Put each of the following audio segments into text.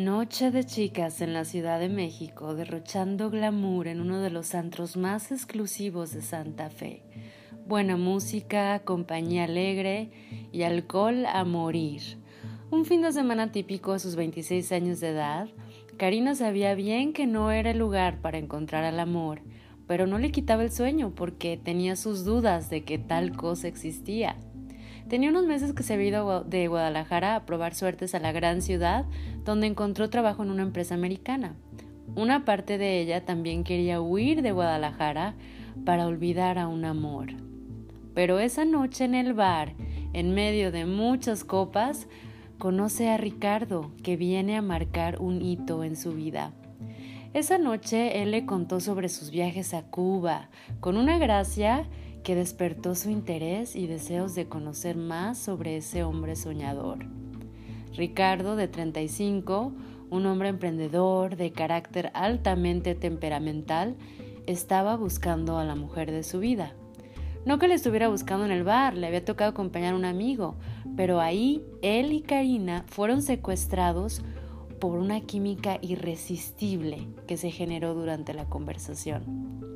Noche de chicas en la Ciudad de México, derrochando glamour en uno de los antros más exclusivos de Santa Fe. Buena música, compañía alegre y alcohol a morir. Un fin de semana típico a sus 26 años de edad, Karina sabía bien que no era el lugar para encontrar al amor, pero no le quitaba el sueño porque tenía sus dudas de que tal cosa existía. Tenía unos meses que se había ido de Guadalajara a probar suertes a la gran ciudad, donde encontró trabajo en una empresa americana. Una parte de ella también quería huir de Guadalajara para olvidar a un amor. Pero esa noche en el bar, en medio de muchas copas, conoce a Ricardo, que viene a marcar un hito en su vida. Esa noche él le contó sobre sus viajes a Cuba, con una gracia que despertó su interés y deseos de conocer más sobre ese hombre soñador. Ricardo, de 35, un hombre emprendedor, de carácter altamente temperamental, estaba buscando a la mujer de su vida. No que le estuviera buscando en el bar, le había tocado acompañar a un amigo, pero ahí él y Karina fueron secuestrados por una química irresistible que se generó durante la conversación.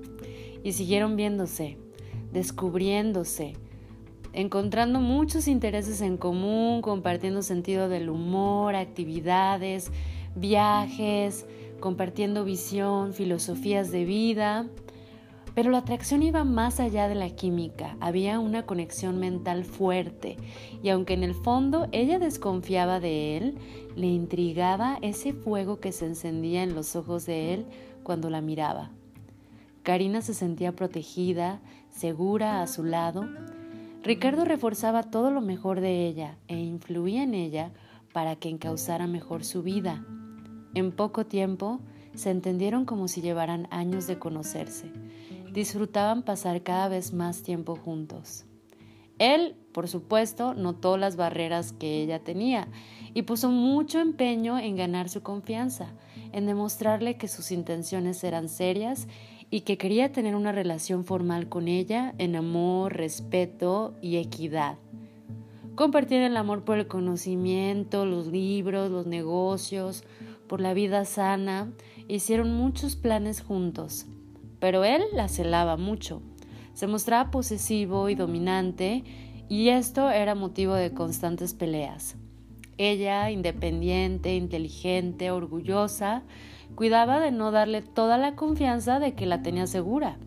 Y siguieron viéndose, descubriéndose, encontrando muchos intereses en común, compartiendo sentido del humor, actividades, viajes, compartiendo visión, filosofías de vida. Pero la atracción iba más allá de la química, había una conexión mental fuerte y aunque en el fondo ella desconfiaba de él, le intrigaba ese fuego que se encendía en los ojos de él cuando la miraba. Karina se sentía protegida, segura a su lado. Ricardo reforzaba todo lo mejor de ella e influía en ella para que encauzara mejor su vida. En poco tiempo se entendieron como si llevaran años de conocerse. Disfrutaban pasar cada vez más tiempo juntos. Él, por supuesto, notó las barreras que ella tenía y puso mucho empeño en ganar su confianza, en demostrarle que sus intenciones eran serias y que quería tener una relación formal con ella en amor, respeto y equidad. Compartían el amor por el conocimiento, los libros, los negocios, por la vida sana, hicieron muchos planes juntos. Pero él la celaba mucho, se mostraba posesivo y dominante y esto era motivo de constantes peleas. Ella, independiente, inteligente, orgullosa, cuidaba de no darle toda la confianza de que la tenía segura.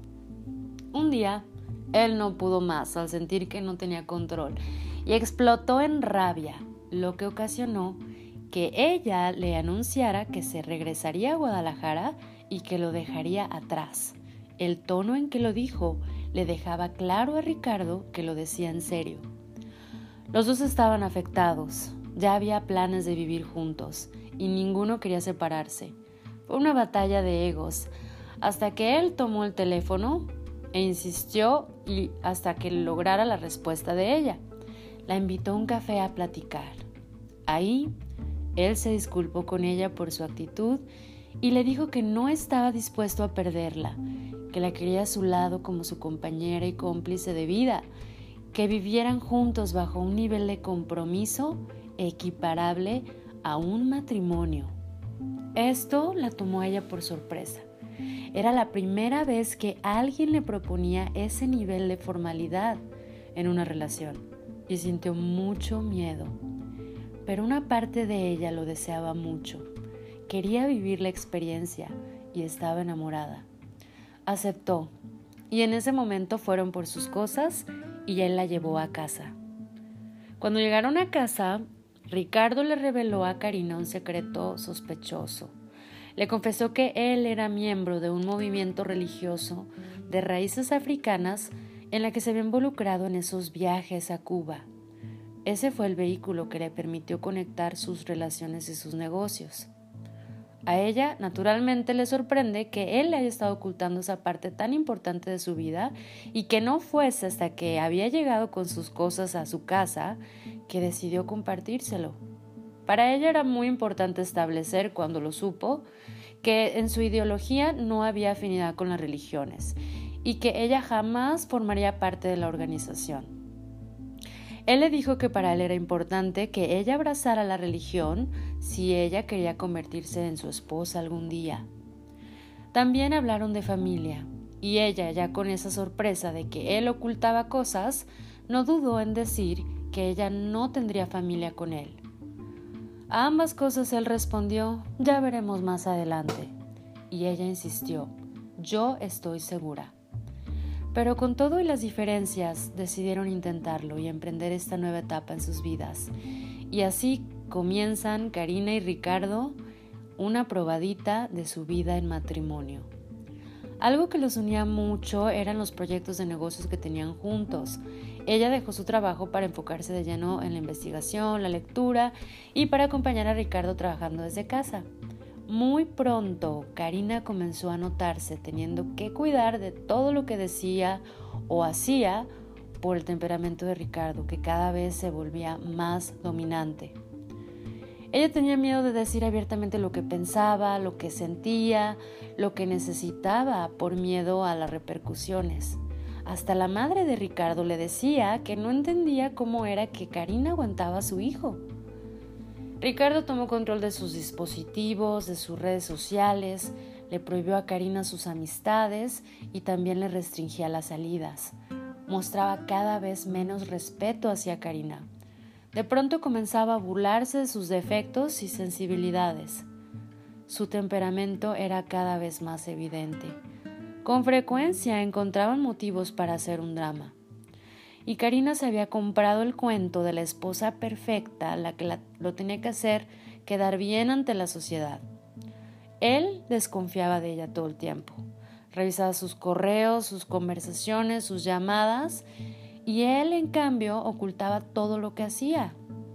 Un día, él no pudo más al sentir que no tenía control y explotó en rabia, lo que ocasionó que ella le anunciara que se regresaría a Guadalajara y que lo dejaría atrás. El tono en que lo dijo le dejaba claro a Ricardo que lo decía en serio. Los dos estaban afectados, ya había planes de vivir juntos y ninguno quería separarse. Fue una batalla de egos, hasta que él tomó el teléfono e insistió y hasta que lograra la respuesta de ella. La invitó a un café a platicar. Ahí, él se disculpó con ella por su actitud y le dijo que no estaba dispuesto a perderla, que la quería a su lado como su compañera y cómplice de vida, que vivieran juntos bajo un nivel de compromiso equiparable a un matrimonio. Esto la tomó a ella por sorpresa. Era la primera vez que alguien le proponía ese nivel de formalidad en una relación y sintió mucho miedo. Pero una parte de ella lo deseaba mucho. Quería vivir la experiencia y estaba enamorada. Aceptó y en ese momento fueron por sus cosas y él la llevó a casa. Cuando llegaron a casa, Ricardo le reveló a Karina un secreto sospechoso. Le confesó que él era miembro de un movimiento religioso de raíces africanas en la que se había involucrado en esos viajes a Cuba. Ese fue el vehículo que le permitió conectar sus relaciones y sus negocios. A ella, naturalmente, le sorprende que él le haya estado ocultando esa parte tan importante de su vida y que no fuese hasta que había llegado con sus cosas a su casa que decidió compartírselo. Para ella era muy importante establecer, cuando lo supo, que en su ideología no había afinidad con las religiones y que ella jamás formaría parte de la organización. Él le dijo que para él era importante que ella abrazara la religión si ella quería convertirse en su esposa algún día. También hablaron de familia, y ella, ya con esa sorpresa de que él ocultaba cosas, no dudó en decir que ella no tendría familia con él. A ambas cosas él respondió: ya veremos más adelante. Y ella insistió: yo estoy segura. Pero con todo y las diferencias, decidieron intentarlo y emprender esta nueva etapa en sus vidas. Y así comienzan Karina y Ricardo una probadita de su vida en matrimonio. Algo que los unía mucho eran los proyectos de negocios que tenían juntos. Ella dejó su trabajo para enfocarse de lleno en la investigación, la lectura y para acompañar a Ricardo trabajando desde casa. Muy pronto, Karina comenzó a notarse teniendo que cuidar de todo lo que decía o hacía por el temperamento de Ricardo, que cada vez se volvía más dominante. Ella tenía miedo de decir abiertamente lo que pensaba, lo que sentía, lo que necesitaba por miedo a las repercusiones. Hasta la madre de Ricardo le decía que no entendía cómo era que Karina aguantaba a su hijo. Ricardo tomó control de sus dispositivos, de sus redes sociales, le prohibió a Karina sus amistades y también le restringía las salidas. Mostraba cada vez menos respeto hacia Karina. De pronto comenzaba a burlarse de sus defectos y sensibilidades. Su temperamento era cada vez más evidente. Con frecuencia encontraban motivos para hacer un drama. Y Karina se había comprado el cuento de la esposa perfecta, la que lo tenía que hacer quedar bien ante la sociedad. Él desconfiaba de ella todo el tiempo. Revisaba sus correos, sus conversaciones, sus llamadas, y él, en cambio, ocultaba todo lo que hacía.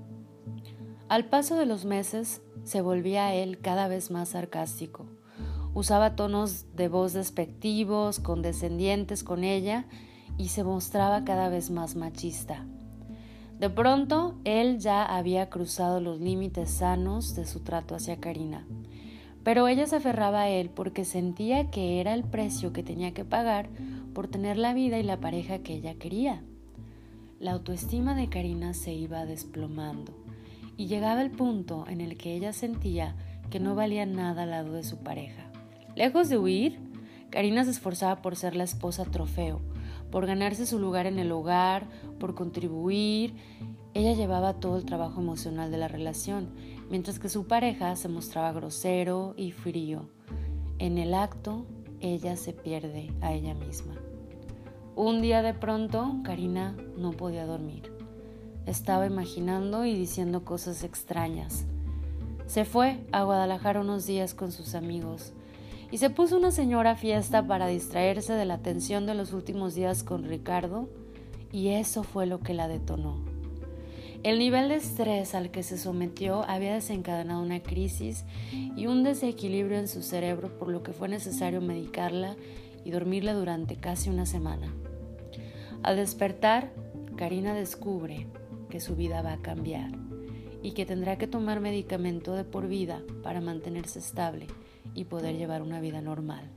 Al paso de los meses, se volvía él cada vez más sarcástico. Usaba tonos de voz despectivos, condescendientes con ella, y se mostraba cada vez más machista. De pronto, él ya había cruzado los límites sanos de su trato hacia Karina, pero ella se aferraba a él porque sentía que era el precio que tenía que pagar por tener la vida y la pareja que ella quería. La autoestima de Karina se iba desplomando y llegaba el punto en el que ella sentía que no valía nada al lado de su pareja. Lejos de huir, Karina se esforzaba por ser la esposa trofeo, por ganarse su lugar en el hogar, por contribuir. Ella llevaba todo el trabajo emocional de la relación, mientras que su pareja se mostraba grosero y frío. En el acto, ella se pierde a ella misma. Un día de pronto, Karina no podía dormir. Estaba imaginando y diciendo cosas extrañas. Se fue a Guadalajara unos días con sus amigos y se puso una señora fiesta para distraerse de la tensión de los últimos días con Ricardo, y eso fue lo que la detonó. El nivel de estrés al que se sometió había desencadenado una crisis y un desequilibrio en su cerebro, por lo que fue necesario medicarla y dormirla durante casi una semana. Al despertar, Karina descubre que su vida va a cambiar y que tendrá que tomar medicamento de por vida para mantenerse estable y poder llevar una vida normal.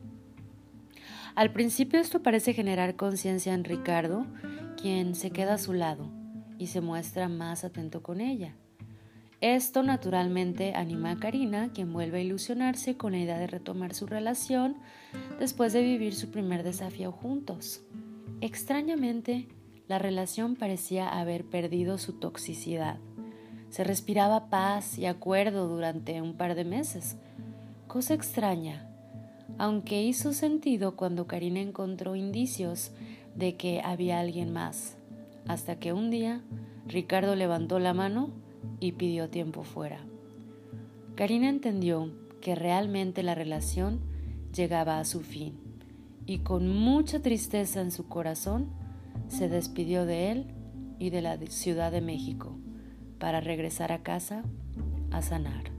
Al principio esto parece generar conciencia en Ricardo, quien se queda a su lado y se muestra más atento con ella. Esto naturalmente anima a Karina, quien vuelve a ilusionarse con la idea de retomar su relación después de vivir su primer desafío juntos. Extrañamente, la relación parecía haber perdido su toxicidad. Se respiraba paz y acuerdo durante un par de meses. Cosa extraña, aunque hizo sentido cuando Karina encontró indicios de que había alguien más, hasta que un día Ricardo levantó la mano y pidió tiempo fuera. Karina entendió que realmente la relación llegaba a su fin y con mucha tristeza en su corazón se despidió de él y de la Ciudad de México para regresar a casa a sanar.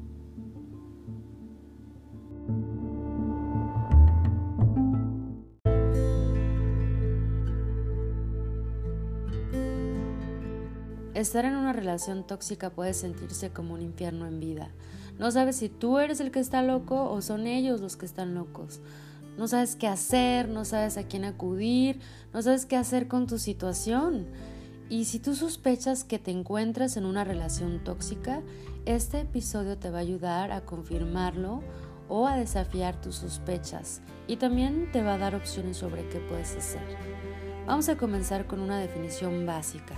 Estar en una relación tóxica puede sentirse como un infierno en vida. No sabes si tú eres el que está loco o son ellos los que están locos. No sabes qué hacer, no sabes a quién acudir, no sabes qué hacer con tu situación. Y si tú sospechas que te encuentras en una relación tóxica, este episodio te va a ayudar a confirmarlo o a desafiar tus sospechas y también te va a dar opciones sobre qué puedes hacer. Vamos a comenzar con una definición básica.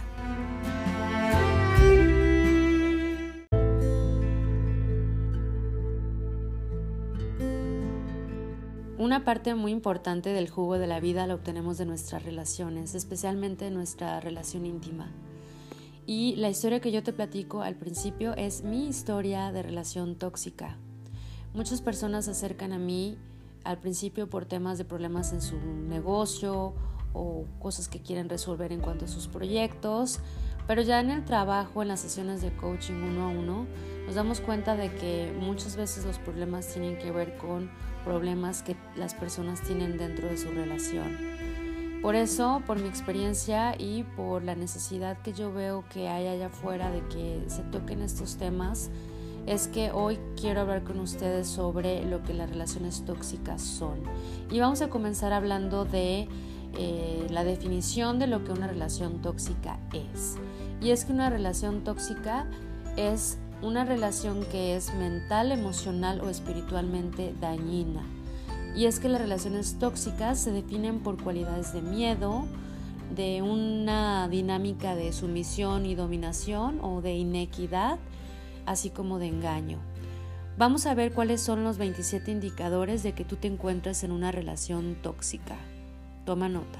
Una parte muy importante del jugo de la vida la obtenemos de nuestras relaciones, especialmente de nuestra relación íntima. Y la historia que yo te platico al principio es mi historia de relación tóxica. Muchas personas se acercan a mí al principio por temas de problemas en su negocio o cosas que quieren resolver en cuanto a sus proyectos, pero ya en el trabajo, en las sesiones de coaching 1-a-1, nos damos cuenta de que muchas veces los problemas tienen que ver con problemas que las personas tienen dentro de su relación. Por eso, por mi experiencia y por la necesidad que yo veo que hay allá afuera de que se toquen estos temas, es que hoy quiero hablar con ustedes sobre lo que las relaciones tóxicas son. Y vamos a comenzar hablando de la definición de lo que una relación tóxica es. Y es que una relación tóxica es una relación que es mental, emocional o espiritualmente dañina. Y es que las relaciones tóxicas se definen por cualidades de miedo, de una dinámica de sumisión y dominación o de inequidad, así como de engaño. Vamos a ver cuáles son los 27 indicadores de que tú te encuentras en una relación tóxica. Toma nota.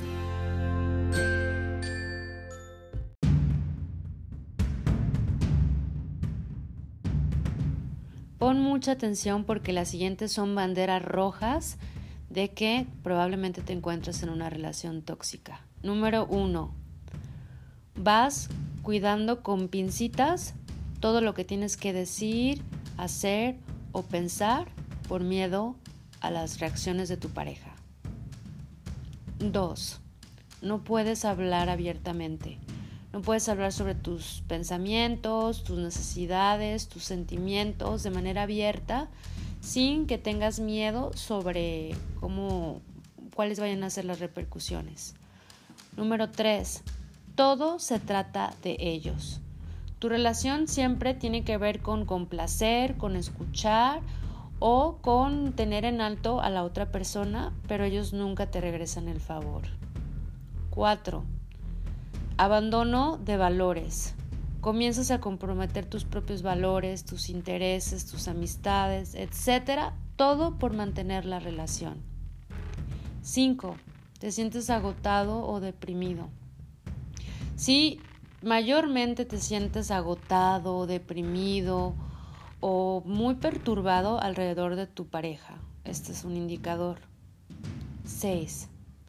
Pon mucha atención porque las siguientes son banderas rojas de que probablemente te encuentres en una relación tóxica. Número 1. Vas cuidando con pincitas todo lo que tienes que decir, hacer o pensar por miedo a las reacciones de tu pareja. 2. No puedes hablar abiertamente. No puedes hablar sobre tus pensamientos, tus necesidades, tus sentimientos de manera abierta sin que tengas miedo sobre cuáles vayan a ser las repercusiones. Número 3. Todo se trata de ellos. Tu relación siempre tiene que ver con complacer, con escuchar o con tener en alto a la otra persona, pero ellos nunca te regresan el favor. 4. Abandono de valores. Comienzas a comprometer tus propios valores, tus intereses, tus amistades, etc. Todo por mantener la relación. 5. Te sientes agotado o deprimido. Si mayormente te sientes agotado, deprimido o muy perturbado alrededor de tu pareja, este es un indicador. 6.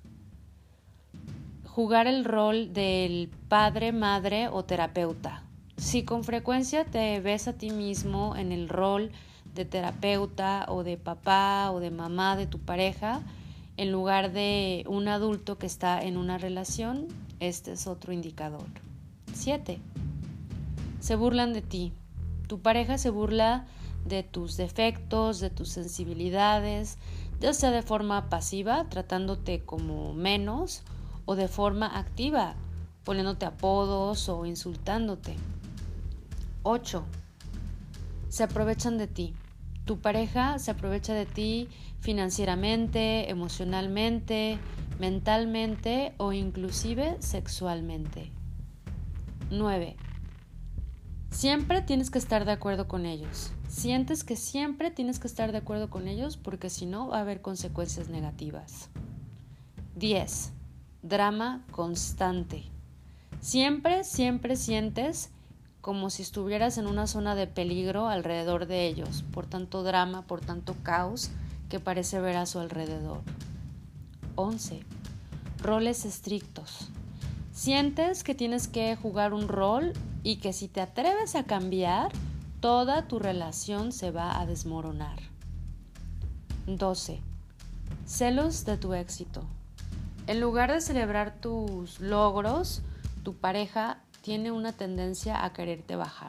Jugar el rol del padre, madre o terapeuta. Si con frecuencia te ves a ti mismo en el rol de terapeuta o de papá o de mamá de tu pareja, en lugar de un adulto que está en una relación, este es otro indicador. 7. Se burlan de ti. Tu pareja se burla de tus defectos, de tus sensibilidades, ya sea de forma pasiva, tratándote como menos, o de forma activa, poniéndote apodos o insultándote. 8. Se aprovechan de ti. Tu pareja se aprovecha de ti financieramente, emocionalmente, mentalmente o inclusive sexualmente. 9. Siempre tienes que estar de acuerdo con ellos. Sientes que siempre tienes que estar de acuerdo con ellos porque si no va a haber consecuencias negativas. 10. Drama constante. Siempre sientes como si estuvieras en una zona de peligro alrededor de ellos, por tanto drama, por tanto caos que parece ver a su alrededor. 11. Roles estrictos. Sientes que tienes que jugar un rol y que si te atreves a cambiar, toda tu relación se va a desmoronar. 12. Celos de tu éxito. En lugar de celebrar tus logros, tu pareja tiene una tendencia a quererte bajar.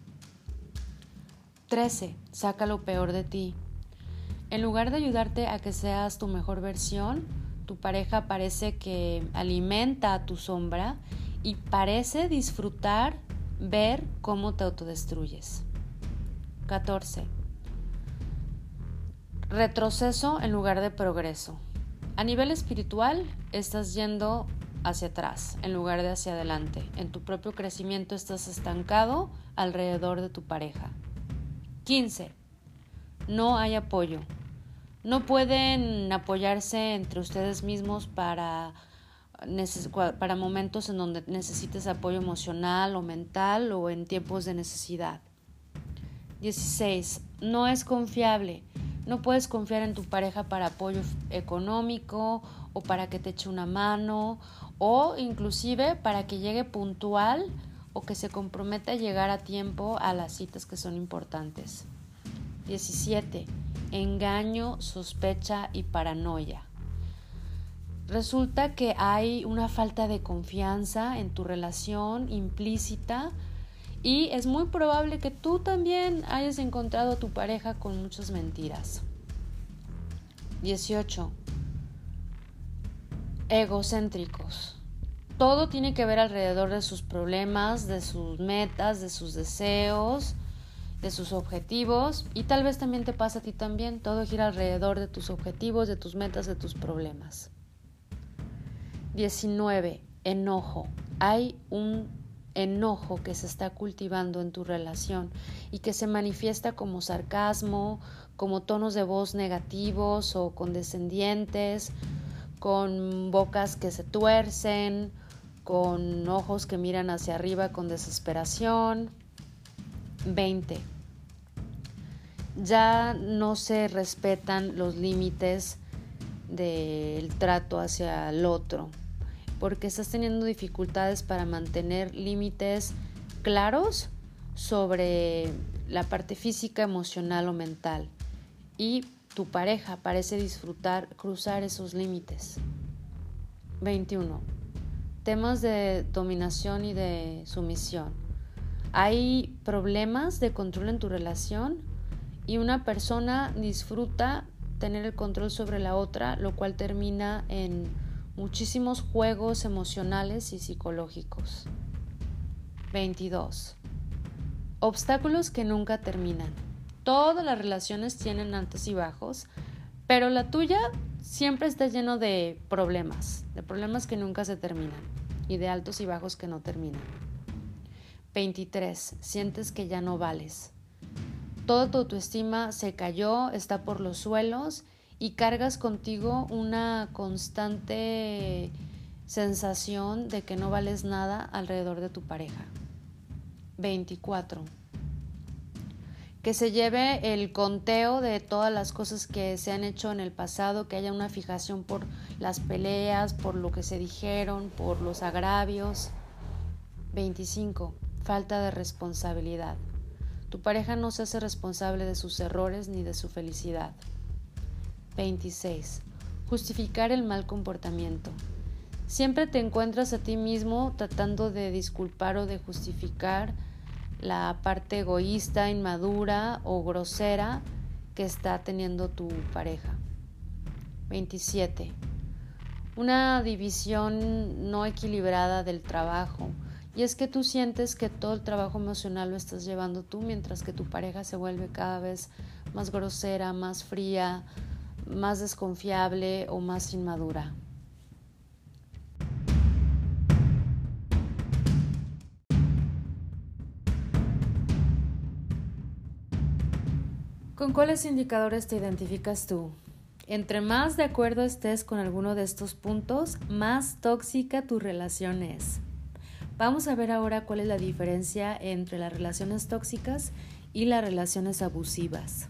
13. Saca lo peor de ti. En lugar de ayudarte a que seas tu mejor versión, tu pareja parece que alimenta a tu sombra y parece disfrutar ver cómo te autodestruyes. 14. Retroceso en lugar de progreso. A nivel espiritual, estás yendo hacia atrás en lugar de hacia adelante. En tu propio crecimiento estás estancado alrededor de tu pareja. 15. No hay apoyo. No pueden apoyarse entre ustedes mismos para momentos en donde necesites apoyo emocional o mental o en tiempos de necesidad. 16. No es confiable. No puedes confiar en tu pareja para apoyo económico o para que te eche una mano o inclusive para que llegue puntual o que se comprometa a llegar a tiempo a las citas que son importantes. 17. Engaño, sospecha y paranoia. Resulta que hay una falta de confianza en tu relación implícita y es muy probable que tú también hayas encontrado a tu pareja con muchas mentiras. 18. Egocéntricos. Todo tiene que ver alrededor de sus problemas, de sus metas, de sus deseos, de sus objetivos, y tal vez también te pasa a ti también. Todo gira alrededor de tus objetivos, de tus metas, de tus problemas. 19. Enojo. Hay un enojo que se está cultivando en tu relación y que se manifiesta como sarcasmo, como tonos de voz negativos o condescendientes, con bocas que se tuercen, con ojos que miran hacia arriba con desesperación. 20. Ya no se respetan los límites del trato hacia el otro, porque estás teniendo dificultades para mantener límites claros sobre la parte física, emocional o mental. Y tu pareja parece disfrutar cruzar esos límites. 21. Temas de dominación y de sumisión. Hay problemas de control en tu relación y una persona disfruta tener el control sobre la otra, lo cual termina en muchísimos juegos emocionales y psicológicos. 22. Obstáculos que nunca terminan. Todas las relaciones tienen altos y bajos, pero la tuya siempre está lleno de problemas que nunca se terminan y de altos y bajos que no terminan. 23. Sientes que ya no vales. Toda tu autoestima se cayó, está por los suelos y cargas contigo una constante sensación de que no vales nada alrededor de tu pareja. 24. Que se lleve el conteo de todas las cosas que se han hecho en el pasado, que haya una fijación por las peleas, por lo que se dijeron, por los agravios. 25. Falta de responsabilidad. Tu pareja no se hace responsable de sus errores ni de su felicidad. 26. Justificar el mal comportamiento. Siempre te encuentras a ti mismo tratando de disculpar o de justificar la parte egoísta, inmadura o grosera que está teniendo tu pareja. 27. Una división no equilibrada del trabajo. Y es que tú sientes que todo el trabajo emocional lo estás llevando tú, mientras que tu pareja se vuelve cada vez más grosera, más fría, más desconfiable o más inmadura. ¿Con cuáles indicadores te identificas tú? Entre más de acuerdo estés con alguno de estos puntos, más tóxica tu relación es. Vamos a ver ahora cuál es la diferencia entre las relaciones tóxicas y las relaciones abusivas.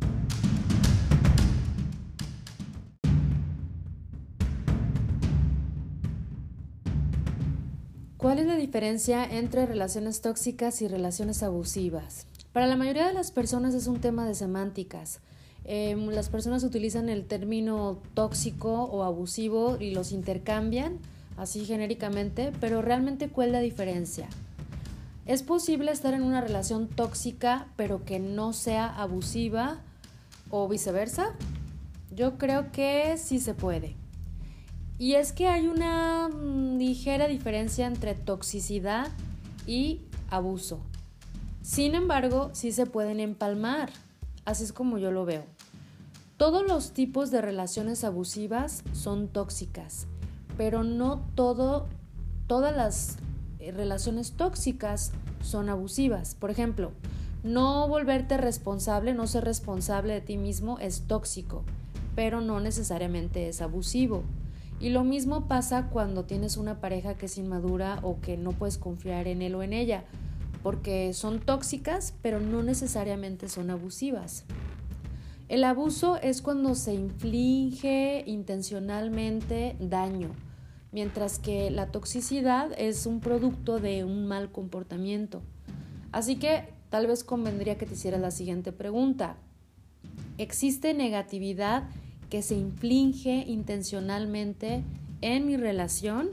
¿Cuál es la diferencia entre relaciones tóxicas y relaciones abusivas? Para la mayoría de las personas es un tema de semánticas. Las personas utilizan el término tóxico o abusivo y los intercambian así genéricamente, pero realmente ¿cuál es la diferencia? ¿Es posible estar en una relación tóxica pero que no sea abusiva o viceversa? Yo creo que sí se puede. Y es que hay una ligera diferencia entre toxicidad y abuso. Sin embargo, sí se pueden empalmar. Así es como yo lo veo. Todos los tipos de relaciones abusivas son tóxicas, pero no todas las relaciones tóxicas son abusivas. Por ejemplo, no volverte responsable, no ser responsable de ti mismo es tóxico, pero no necesariamente es abusivo. Y lo mismo pasa cuando tienes una pareja que es inmadura o que no puedes confiar en él o en ella, porque son tóxicas, pero no necesariamente son abusivas. El abuso es cuando se inflige intencionalmente daño, mientras que la toxicidad es un producto de un mal comportamiento. Así que tal vez convendría que te hicieras la siguiente pregunta. ¿Existe negatividad que se inflige intencionalmente en mi relación?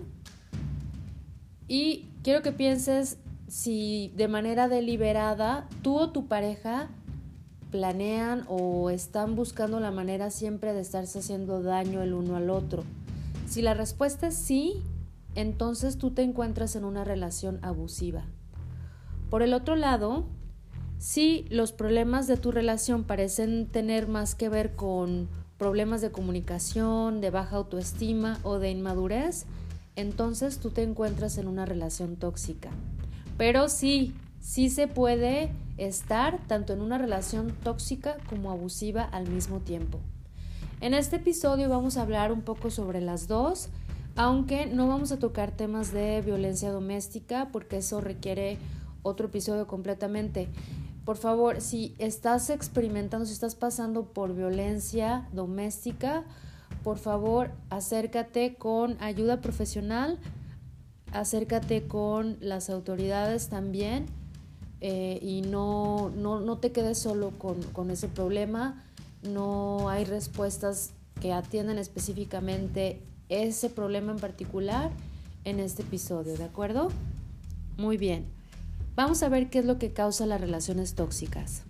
Y quiero que pienses si de manera deliberada tú o tu pareja planean o están buscando la manera siempre de estarse haciendo daño el uno al otro. Si la respuesta es sí, entonces tú te encuentras en una relación abusiva. Por el otro lado, si los problemas de tu relación parecen tener más que ver con problemas de comunicación, de baja autoestima o de inmadurez, entonces tú te encuentras en una relación tóxica. Pero sí se puede estar tanto en una relación tóxica como abusiva al mismo tiempo. En este episodio vamos a hablar un poco sobre las dos, aunque no vamos a tocar temas de violencia doméstica porque eso requiere otro episodio completamente. Por favor, si estás experimentando, si estás pasando por violencia doméstica, por favor acércate con ayuda profesional, acércate con las autoridades también. Y no te quedes solo con ese problema. No hay respuestas que atiendan específicamente ese problema en particular en este episodio, ¿de acuerdo? Muy bien, vamos a ver qué es lo que causa las relaciones tóxicas.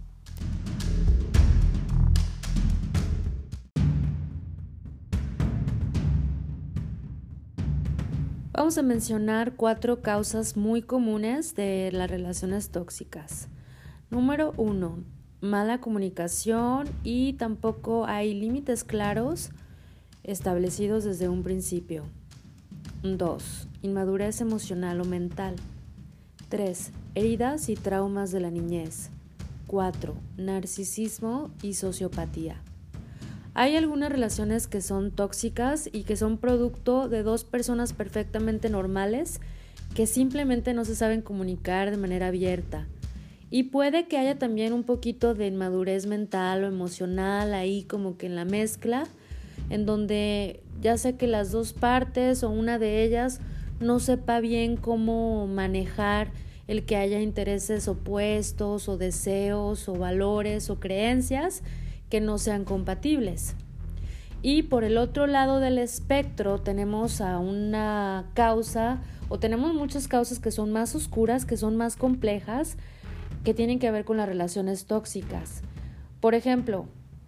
Vamos a mencionar 4 causas muy comunes de las relaciones tóxicas. Número 1, mala comunicación y tampoco hay límites claros establecidos desde un principio. 2, inmadurez emocional o mental. 3, heridas y traumas de la niñez. 4, narcisismo y sociopatía. Hay algunas relaciones que son tóxicas y que son producto de 2 personas perfectamente normales que simplemente no se saben comunicar de manera abierta. Y puede que haya también un poquito de inmadurez mental o emocional ahí como que en la mezcla, en donde ya sea que las 2 partes o una de ellas no sepa bien cómo manejar el que haya intereses opuestos o deseos o valores o creencias que no sean compatibles. Y por el otro lado del espectro tenemos a una causa, o tenemos muchas causas que son más oscuras, que son más complejas, que tienen que ver con las relaciones tóxicas. Por ejemplo,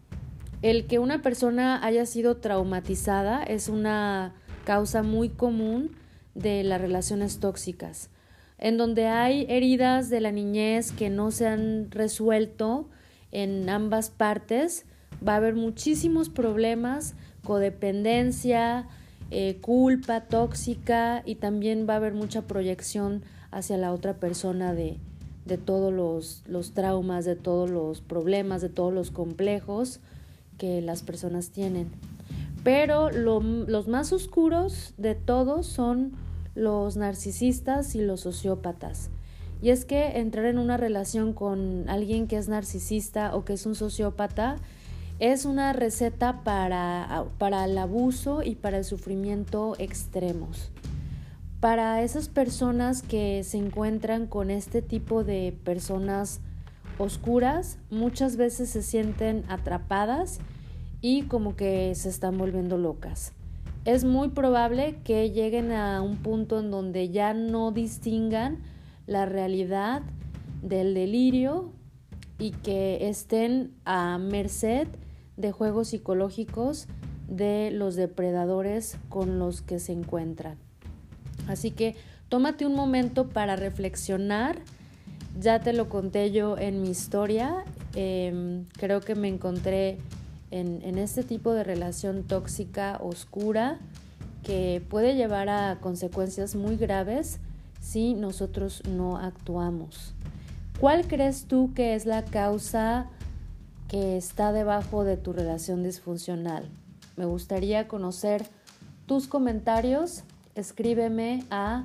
el que una persona haya sido traumatizada es una causa muy común de las relaciones tóxicas, en donde hay heridas de la niñez que no se han resuelto en ambas partes. Va a haber muchísimos problemas, codependencia, culpa tóxica, y también va a haber mucha proyección hacia la otra persona de todos los traumas, de todos los problemas, de todos los complejos que las personas tienen. Pero los más oscuros de todos son los narcisistas y los sociópatas. Y es que entrar en una relación con alguien que es narcisista o que es un sociópata es una receta para el abuso y para el sufrimiento extremos. Para esas personas que se encuentran con este tipo de personas oscuras, muchas veces se sienten atrapadas y como que se están volviendo locas. Es muy probable que lleguen a un punto en donde ya no distingan la realidad del delirio y que estén a merced de juegos psicológicos de los depredadores con los que se encuentran. Así que tómate un momento para reflexionar. Ya te lo conté yo en mi historia. Creo que me encontré en este tipo de relación tóxica, oscura, que puede llevar a consecuencias muy graves si nosotros no actuamos. ¿Cuál crees tú que es la causa que está debajo de tu relación disfuncional? Me gustaría conocer tus comentarios. Escríbeme a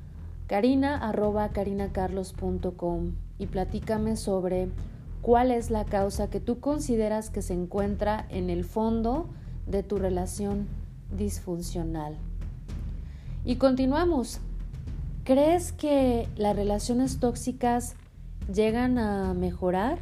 karina@karinacarlos.com y platícame sobre cuál es la causa que tú consideras que se encuentra en el fondo de tu relación disfuncional. Y continuamos. ¿Crees que las relaciones tóxicas llegan a mejorar?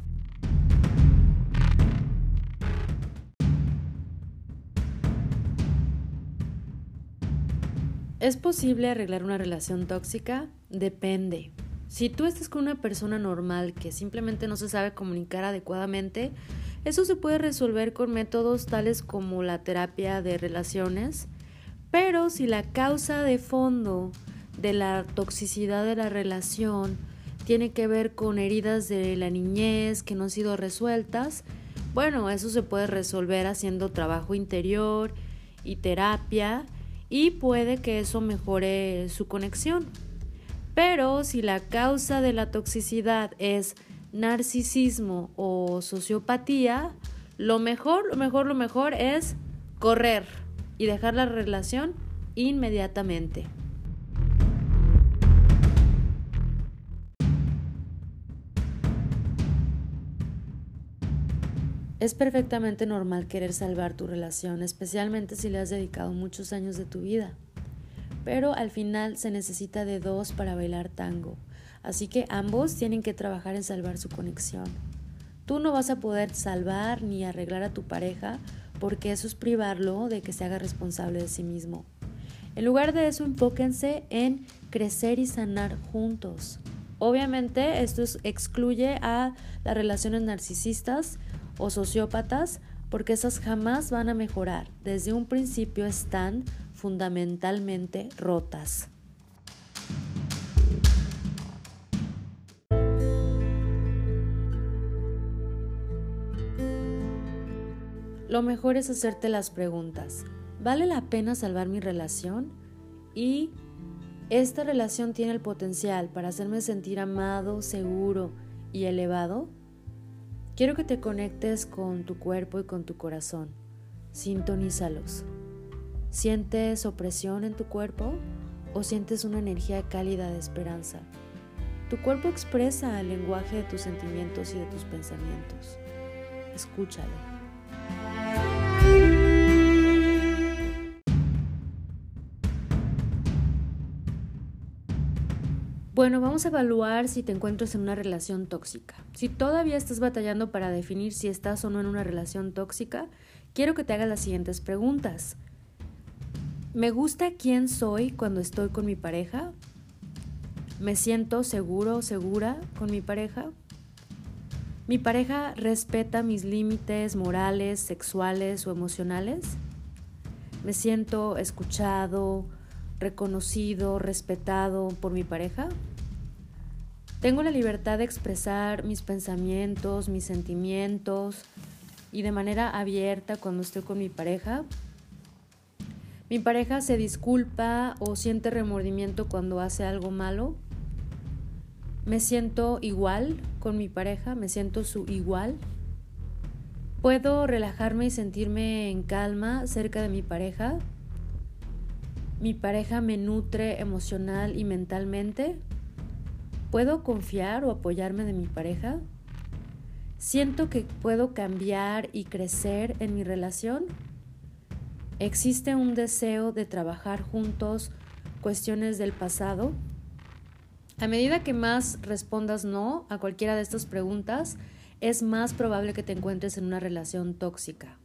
¿Es posible arreglar una relación tóxica? Depende. Si tú estás con una persona normal que simplemente no se sabe comunicar adecuadamente, eso se puede resolver con métodos tales como la terapia de relaciones, pero si la causa de fondo de la toxicidad de la relación tiene que ver con heridas de la niñez que no han sido resueltas, bueno, eso se puede resolver haciendo trabajo interior y terapia, y puede que eso mejore su conexión. Pero si la causa de la toxicidad es narcisismo o sociopatía, lo mejor es correr y dejar la relación inmediatamente. Es perfectamente normal querer salvar tu relación, especialmente si le has dedicado muchos años de tu vida. Pero al final se necesita de dos para bailar tango, así que ambos tienen que trabajar en salvar su conexión. Tú no vas a poder salvar ni arreglar a tu pareja porque eso es privarlo de que se haga responsable de sí mismo. En lugar de eso, enfóquense en crecer y sanar juntos. Obviamente esto excluye a las relaciones narcisistas o sociópatas porque esas jamás van a mejorar. Desde un principio están fundamentalmente rotas. Lo mejor es hacerte las preguntas. ¿Vale la pena salvar mi relación? ¿Y esta relación tiene el potencial para hacerme sentir amado, seguro y elevado? Quiero que te conectes con tu cuerpo y con tu corazón. Sintonízalos. ¿Sientes opresión en tu cuerpo o sientes una energía cálida de esperanza? Tu cuerpo expresa el lenguaje de tus sentimientos y de tus pensamientos. Escúchalo. Bueno, vamos a evaluar si te encuentras en una relación tóxica. Si todavía estás batallando para definir si estás o no en una relación tóxica, quiero que te hagas las siguientes preguntas. ¿Me gusta quién soy cuando estoy con mi pareja? ¿Me siento seguro o segura con mi pareja? ¿Mi pareja respeta mis límites morales, sexuales o emocionales? ¿Me siento escuchado, reconocido, respetado por mi pareja? ¿Tengo la libertad de expresar mis pensamientos, mis sentimientos y de manera abierta cuando estoy con mi pareja? ¿Mi pareja se disculpa o siente remordimiento cuando hace algo malo? ¿Me siento igual con mi pareja? ¿Me siento su igual? ¿Puedo relajarme y sentirme en calma cerca de mi pareja? ¿Mi pareja me nutre emocional y mentalmente? ¿Puedo confiar o apoyarme de mi pareja? ¿Siento que puedo cambiar y crecer en mi relación? ¿Existe un deseo de trabajar juntos cuestiones del pasado? A medida que más respondas no a cualquiera de estas preguntas, es más probable que te encuentres en una relación tóxica.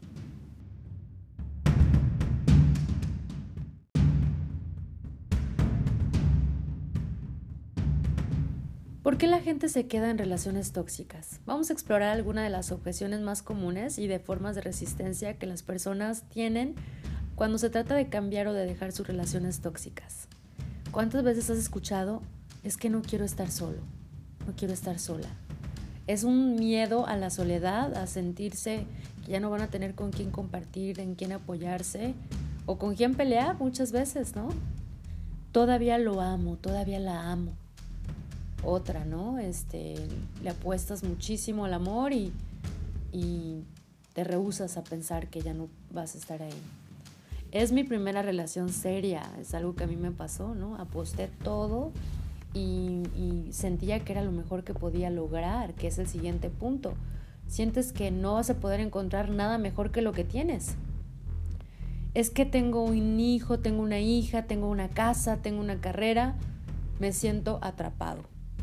¿Por qué la gente se queda en relaciones tóxicas? Vamos a explorar algunas de las objeciones más comunes y de formas de resistencia que las personas tienen cuando se trata de cambiar o de dejar sus relaciones tóxicas. ¿Cuántas veces has escuchado? Es que no quiero estar solo, no quiero estar sola. Es un miedo a la soledad, a sentirse que ya no van a tener con quién compartir, en quién apoyarse o con quién pelear muchas veces, ¿no? Todavía lo amo, todavía la amo. Otra, ¿no? Le apuestas muchísimo al amor y te rehusas a pensar que ya no vas a estar ahí. Es mi primera relación seria, es algo que a mí me pasó, ¿no? Aposté todo y sentía que era lo mejor que podía lograr, que es el siguiente punto. Sientes que no vas a poder encontrar nada mejor que lo que tienes. Es que tengo un hijo, tengo una hija, tengo una casa, tengo una carrera, me siento atrapado.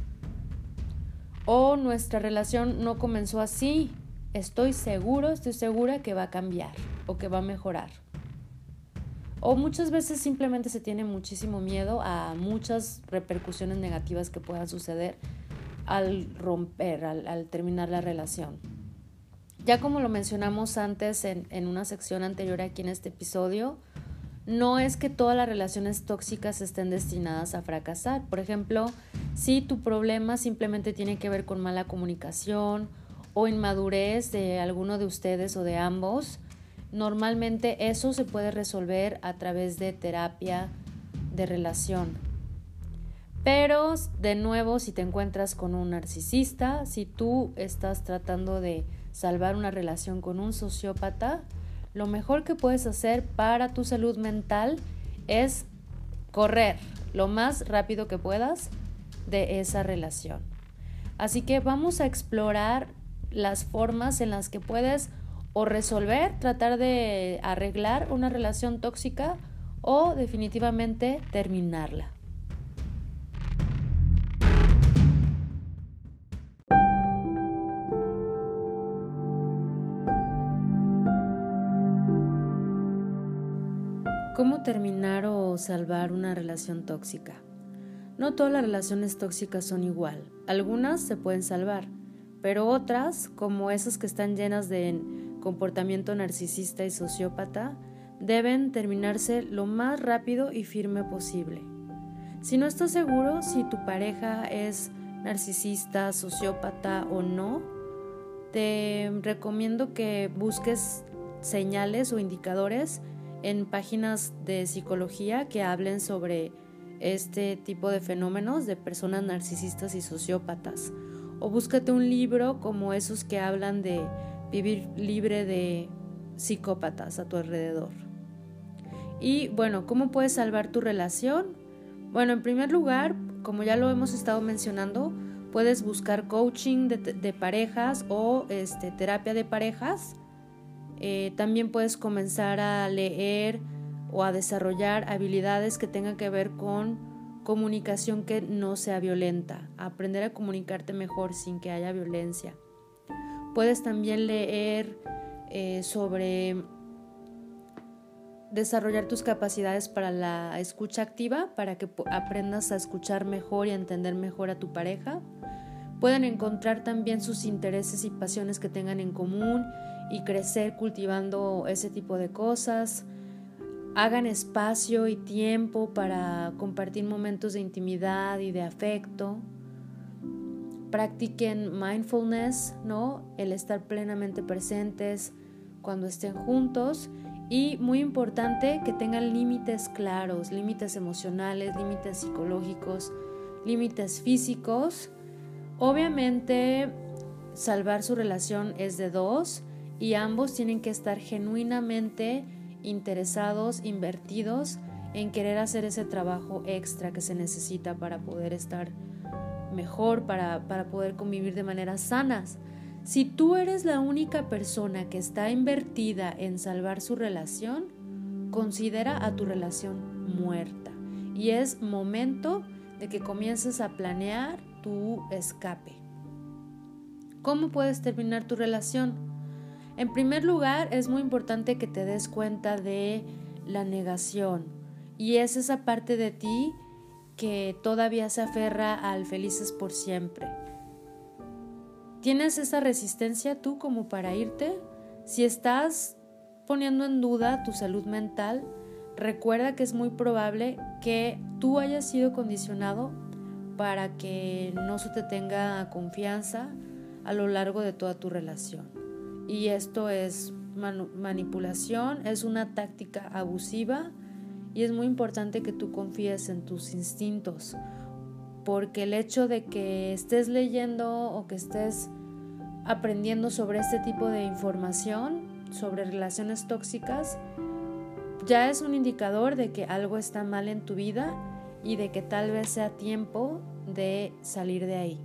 O nuestra relación no comenzó así, estoy segura que va a cambiar o que va a mejorar. O muchas veces simplemente se tiene muchísimo miedo a muchas repercusiones negativas que puedan suceder al romper, al terminar la relación. Ya como lo mencionamos antes en una sección anterior aquí en este episodio, no es que todas las relaciones tóxicas estén destinadas a fracasar. Por ejemplo, si tu problema simplemente tiene que ver con mala comunicación o inmadurez de alguno de ustedes o de ambos, normalmente eso se puede resolver a través de terapia de relación. Pero, de nuevo, si te encuentras con un narcisista, si tú estás tratando de salvar una relación con un sociópata, lo mejor que puedes hacer para tu salud mental es correr lo más rápido que puedas de esa relación. Así que vamos a explorar las formas en las que puedes o resolver, tratar de arreglar una relación tóxica o definitivamente terminarla. ¿Cómo terminar o salvar una relación tóxica? No todas las relaciones tóxicas son igual. Algunas se pueden salvar, pero otras, como esas que están llenas de comportamiento narcisista y sociópata, deben terminarse lo más rápido y firme posible. Si no estás seguro si tu pareja es narcisista, sociópata o no, te recomiendo que busques señales o indicadores en páginas de psicología que hablen sobre este tipo de fenómenos de personas narcisistas y sociópatas. O búscate un libro como esos que hablan de vivir libre de psicópatas a tu alrededor. Y bueno, ¿cómo puedes salvar tu relación? Bueno, en primer lugar, como ya lo hemos estado mencionando, puedes buscar coaching de parejas o terapia de parejas. También puedes comenzar a leer o a desarrollar habilidades que tengan que ver con comunicación que no sea violenta, aprender a comunicarte mejor sin que haya violencia. Puedes también leer sobre desarrollar tus capacidades para la escucha activa, para que aprendas a escuchar mejor y a entender mejor a tu pareja. Pueden encontrar también sus intereses y pasiones que tengan en común y crecer cultivando ese tipo de cosas. Hagan espacio y tiempo para compartir momentos de intimidad y de afecto. Practiquen mindfulness, ¿no? El estar plenamente presentes cuando estén juntos. Y muy importante, que tengan límites claros, límites emocionales, límites psicológicos, límites físicos. Obviamente, salvar su relación es de dos y ambos tienen que estar genuinamente interesados, invertidos en querer hacer ese trabajo extra que se necesita para poder estar mejor, para poder convivir de maneras sanas. Si tú eres la única persona que está invertida en salvar su relación, considera a tu relación muerta y es momento de que comiences a planear tu escape. ¿Cómo puedes terminar tu relación? En primer lugar, es muy importante que te des cuenta de la negación y es esa parte de ti que todavía se aferra al felices por siempre. ¿Tienes esa resistencia tú como para irte? Si estás poniendo en duda tu salud mental, recuerda que es muy probable que tú hayas sido condicionado para que no se te tenga confianza a lo largo de toda tu relación. Y esto es manipulación, es una táctica abusiva y es muy importante que tú confíes en tus instintos, porque el hecho de que estés leyendo o que estés aprendiendo sobre este tipo de información, sobre relaciones tóxicas, ya es un indicador de que algo está mal en tu vida y de que tal vez sea tiempo de salir de ahí.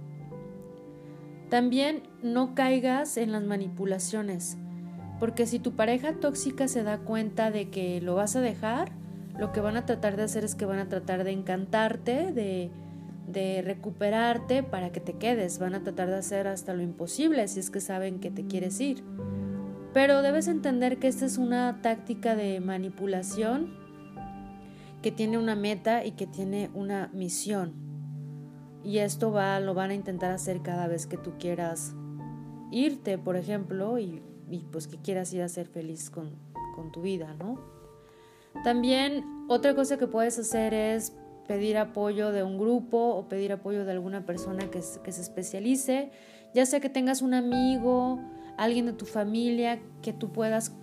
También no caigas en las manipulaciones, porque si tu pareja tóxica se da cuenta de que lo vas a dejar, lo que van a tratar de hacer es que van a tratar de encantarte, de recuperarte para que te quedes. Van a tratar de hacer hasta lo imposible si es que saben que te quieres ir. Pero debes entender que esta es una táctica de manipulación que tiene una meta y que tiene una misión. Y esto lo van a intentar hacer cada vez que tú quieras irte, por ejemplo, y pues que quieras ir a ser feliz con tu vida, ¿no? También otra cosa que puedes hacer es pedir apoyo de un grupo o pedir apoyo de alguna persona que se especialice, ya sea que tengas un amigo, alguien de tu familia que tú puedas,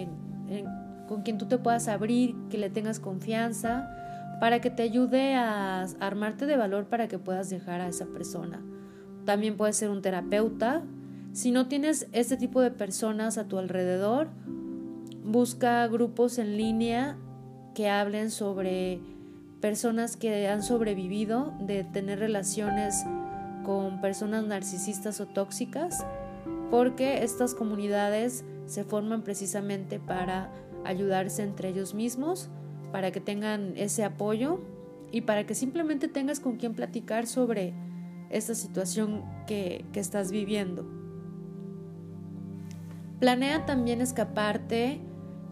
con quien tú te puedas abrir, que le tengas confianza, para que te ayude a armarte de valor para que puedas dejar a esa persona. También puede ser un terapeuta. Si no tienes este tipo de personas a tu alrededor, busca grupos en línea que hablen sobre personas que han sobrevivido de tener relaciones con personas narcisistas o tóxicas, porque estas comunidades se forman precisamente para ayudarse entre ellos mismos, para que tengan ese apoyo y para que simplemente tengas con quien platicar sobre esta situación que estás viviendo. Planea también escaparte,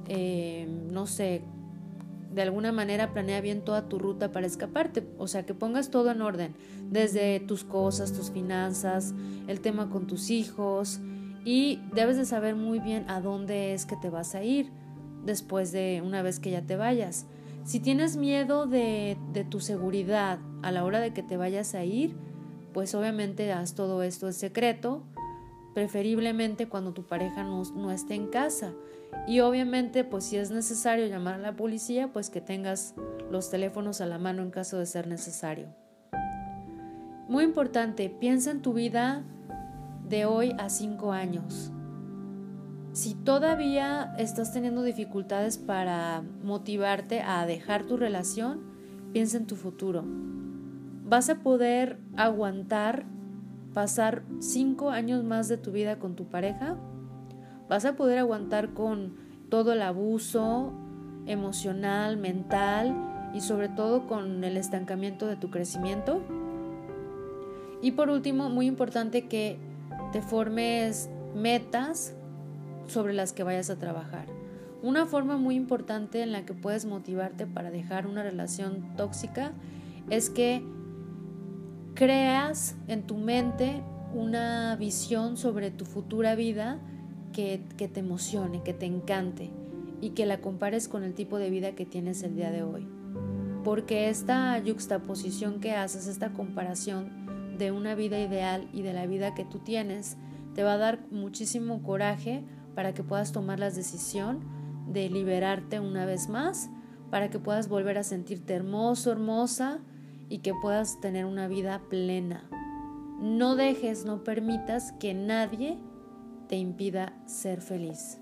de alguna manera planea bien toda tu ruta para escaparte, o sea, que pongas todo en orden, desde tus cosas, tus finanzas, el tema con tus hijos, y debes de saber muy bien a dónde es que te vas a ir después de una vez que ya te vayas. Si tienes miedo de tu seguridad a la hora de que te vayas a ir, pues obviamente haz todo esto en secreto, preferiblemente cuando tu pareja no esté en casa. Y obviamente, pues si es necesario llamar a la policía, pues que tengas los teléfonos a la mano en caso de ser necesario. Muy importante, piensa en tu vida de hoy a 5 años. Si todavía estás teniendo dificultades para motivarte a dejar tu relación, piensa en tu futuro. ¿Vas a poder aguantar pasar 5 años más de tu vida con tu pareja? ¿Vas a poder aguantar con todo el abuso emocional, mental y sobre todo con el estancamiento de tu crecimiento? Y por último, muy importante que te formes metas sobre las que vayas a trabajar. Una forma muy importante en la que puedes motivarte para dejar una relación tóxica es que creas en tu mente una visión sobre tu futura vida que te emocione, que te encante y que la compares con el tipo de vida que tienes el día de hoy. Porque esta yuxtaposición que haces, esta comparación de una vida ideal y de la vida que tú tienes, te va a dar muchísimo coraje para que puedas tomar la decisión de liberarte una vez más, para que puedas volver a sentirte hermoso, hermosa y que puedas tener una vida plena. No permitas que nadie te impida ser feliz.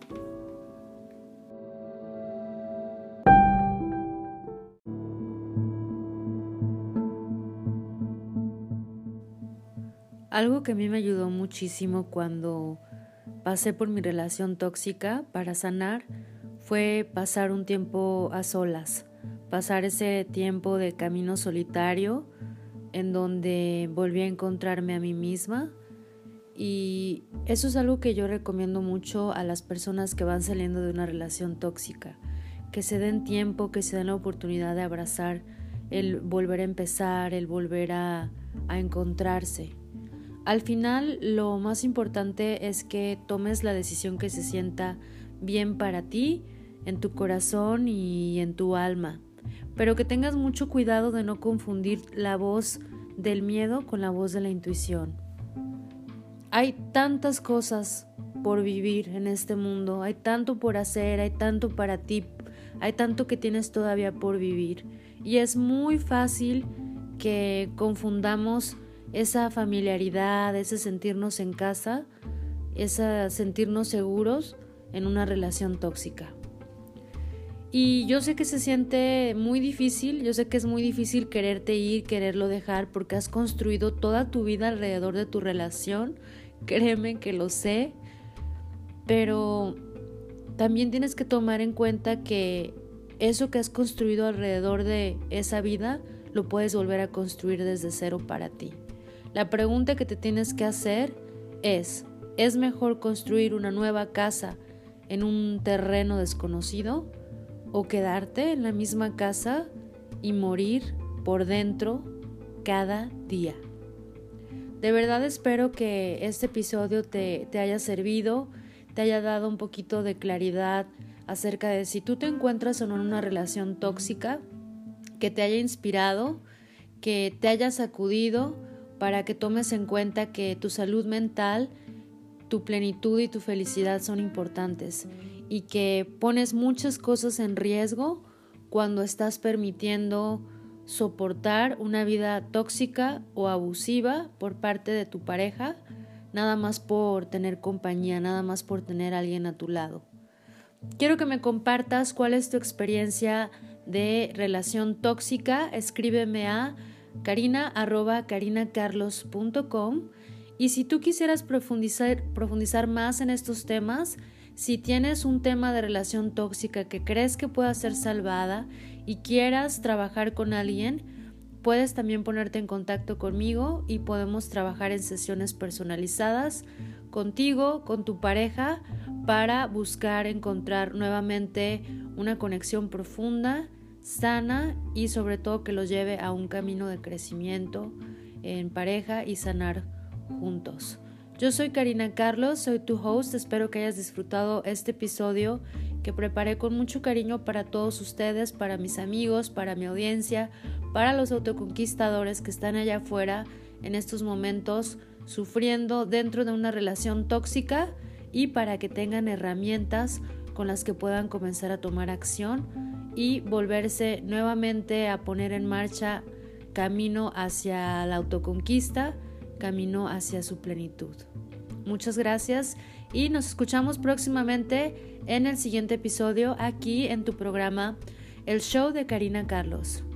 Algo que a mí me ayudó muchísimo cuando pasé por mi relación tóxica para sanar fue pasar un tiempo a solas, pasar ese tiempo de camino solitario en donde volví a encontrarme a mí misma. Y eso es algo que yo recomiendo mucho a las personas que van saliendo de una relación tóxica, que se den tiempo, que se den la oportunidad de abrazar el volver a empezar, el volver a encontrarse. Al final, lo más importante es que tomes la decisión que se sienta bien para ti, en tu corazón y en tu alma, pero que tengas mucho cuidado de no confundir la voz del miedo con la voz de la intuición. Hay tantas cosas por vivir en este mundo, hay tanto por hacer, hay tanto para ti, hay tanto que tienes todavía por vivir, y es muy fácil que confundamos esa familiaridad, ese sentirnos en casa, ese sentirnos seguros en una relación tóxica. Y yo sé que se siente muy difícil, yo sé que es muy difícil quererte ir, quererlo dejar, porque has construido toda tu vida alrededor de tu relación, créeme que lo sé, pero también tienes que tomar en cuenta que eso que has construido alrededor de esa vida, lo puedes volver a construir desde cero para ti. La pregunta que te tienes que hacer ¿es mejor construir una nueva casa en un terreno desconocido o quedarte en la misma casa y morir por dentro cada día? De verdad espero que este episodio te haya servido, te haya dado un poquito de claridad acerca de si tú te encuentras o no en una relación tóxica, que te haya inspirado, que te haya sacudido, para que tomes en cuenta que tu salud mental, tu plenitud y tu felicidad son importantes y que pones muchas cosas en riesgo cuando estás permitiendo soportar una vida tóxica o abusiva por parte de tu pareja, nada más por tener compañía, nada más por tener a alguien a tu lado. Quiero que me compartas cuál es tu experiencia de relación tóxica. Escríbeme a karina@karinacarlos.com, y si tú quisieras profundizar más en estos temas, si tienes un tema de relación tóxica que crees que pueda ser salvada y quieras trabajar con alguien, puedes también ponerte en contacto conmigo y podemos trabajar en sesiones personalizadas contigo, con tu pareja, para buscar encontrar nuevamente una conexión profunda, sana y sobre todo que los lleve a un camino de crecimiento en pareja y sanar juntos. Yo soy Karina Carlos, soy tu host, espero que hayas disfrutado este episodio que preparé con mucho cariño para todos ustedes, para mis amigos, para mi audiencia, para los autoconquistadores que están allá afuera en estos momentos sufriendo dentro de una relación tóxica, y para que tengan herramientas con las que puedan comenzar a tomar acción y volverse nuevamente a poner en marcha camino hacia la autoconquista, camino hacia su plenitud. Muchas gracias y nos escuchamos próximamente en el siguiente episodio aquí en tu programa El Show de Karina Carlos.